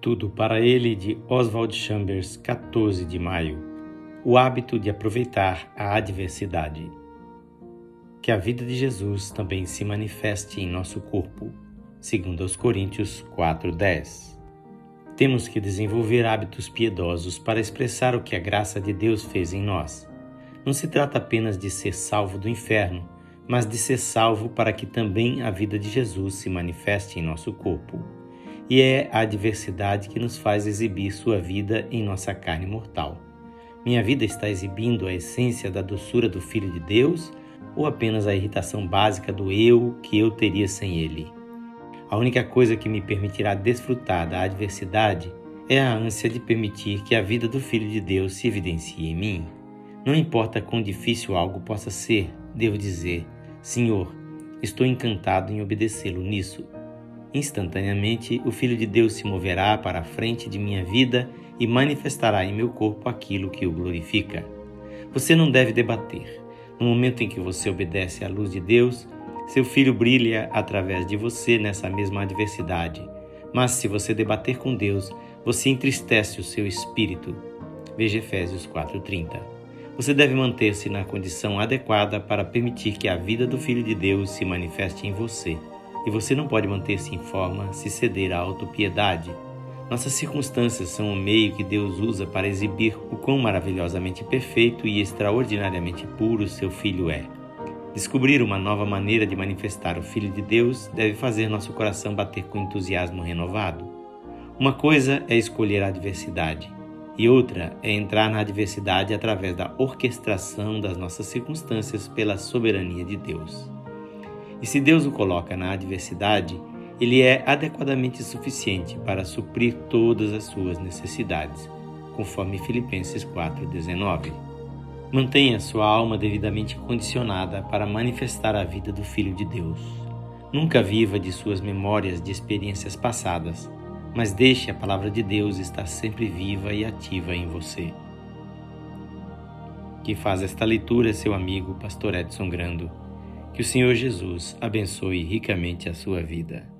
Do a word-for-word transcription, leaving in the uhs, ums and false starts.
Tudo para ele, de Oswald Chambers, quatorze de maio. O hábito de aproveitar a adversidade. Que a vida de Jesus também se manifeste em nosso corpo, segundo aos Coríntios quatro, dez. Temos que desenvolver hábitos piedosos para expressar o que a graça de Deus fez em nós. Não se trata apenas de ser salvo do inferno, mas de ser salvo para que também a vida de Jesus se manifeste em nosso corpo. E é a adversidade que nos faz exibir sua vida em nossa carne mortal. Minha vida está exibindo a essência da doçura do Filho de Deus ou apenas a irritação básica do eu que eu teria sem ele? A única coisa que me permitirá desfrutar da adversidade é a ânsia de permitir que a vida do Filho de Deus se evidencie em mim. Não importa quão difícil algo possa ser, devo dizer: Senhor, estou encantado em obedecê-lo nisso. Instantaneamente, o Filho de Deus se moverá para a frente de minha vida e manifestará em meu corpo aquilo que o glorifica. Você não deve debater. No momento em que você obedece à luz de Deus, seu Filho brilha através de você nessa mesma adversidade. Mas se você debater com Deus, você entristece o seu espírito. Veja Efésios quatro, trinta. Você deve manter-se na condição adequada para permitir que a vida do Filho de Deus se manifeste em você. E você não pode manter-se em forma se ceder à autopiedade. Nossas circunstâncias são o meio que Deus usa para exibir o quão maravilhosamente perfeito e extraordinariamente puro seu Filho é. Descobrir uma nova maneira de manifestar o Filho de Deus deve fazer nosso coração bater com entusiasmo renovado. Uma coisa é escolher a adversidade, e outra é entrar na adversidade através da orquestração das nossas circunstâncias pela soberania de Deus. E se Deus o coloca na adversidade, Ele é adequadamente suficiente para suprir todas as suas necessidades, conforme Filipenses quatro, dezenove. Mantenha sua alma devidamente condicionada para manifestar a vida do Filho de Deus. Nunca viva de suas memórias de experiências passadas, mas deixe a palavra de Deus estar sempre viva e ativa em você. Quem faz esta leitura é seu amigo, pastor Edson Grando. Que o Senhor Jesus abençoe ricamente a sua vida.